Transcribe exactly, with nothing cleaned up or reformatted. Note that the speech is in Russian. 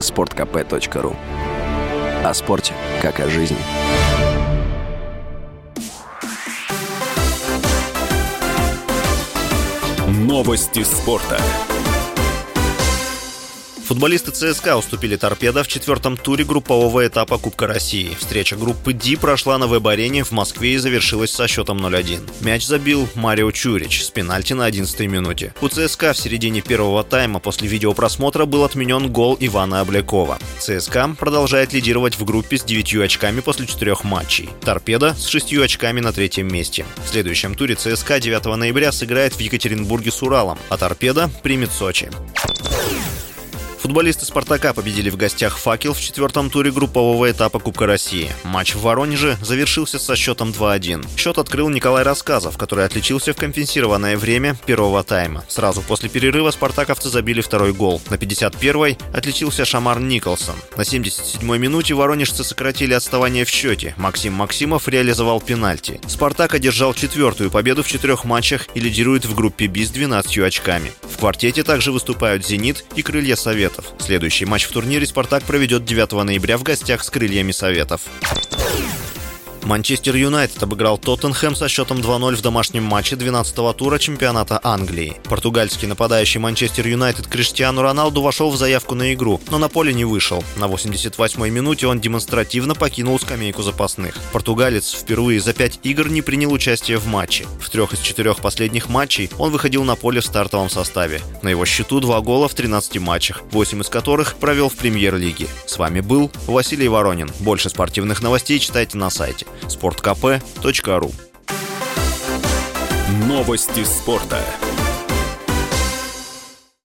спорт ка пэ точка ру. О спорте, как о жизни. Новости спорта. Футболисты ЦСКА уступили «Торпедо» в четвертом туре группового этапа Кубка России. Встреча группы «Ди» прошла на веб-арене в Москве и завершилась со счетом ноль один. Мяч забил Марио Чурич с пенальти на одиннадцатой минуте. У ЦСКА в середине первого тайма после видеопросмотра был отменен гол Ивана Облякова. ЦСКА продолжает лидировать в группе с девятью очками после четырех матчей. «Торпедо» с шестью очками на третьем месте. В следующем туре ЦСКА девятого ноября сыграет в Екатеринбурге с Уралом, а «Торпедо» примет Сочи. Футболисты «Спартака» победили в гостях «Факел» в четвертом туре группового этапа Кубка России. Матч в Воронеже завершился со счетом два один. Счет открыл Николай Рассказов, который отличился в компенсированное время первого тайма. Сразу после перерыва спартаковцы забили второй гол. На пятьдесят первой отличился Шамар Николсон. На семьдесят седьмой минуте воронежцы сократили отставание в счете. Максим Максимов реализовал пенальти. «Спартак» одержал четвертую победу в четырех матчах и лидирует в группе «Б» с двенадцатью очками. В квартете также выступают «Зенит» и «Крылья Советов». Следующий матч в турнире «Спартак» проведет девятого ноября в гостях с «Крыльями Советов». Манчестер Юнайтед обыграл Тоттенхэм со счетом два ноль в домашнем матче двенадцатого тура чемпионата Англии. Португальский нападающий Манчестер Юнайтед Криштиану Роналду вошел в заявку на игру, но на поле не вышел. На восемьдесят восьмой минуте он демонстративно покинул скамейку запасных. Португалец впервые за пять игр не принял участие в матче. В трех из четырех последних матчей он выходил на поле в стартовом составе. На его счету два гола в тринадцати матчах, восемь из которых провел в премьер-лиге. С вами был Василий Воронин. Больше спортивных новостей читайте на сайте спорт ка пэ точка ру. Новости спорта.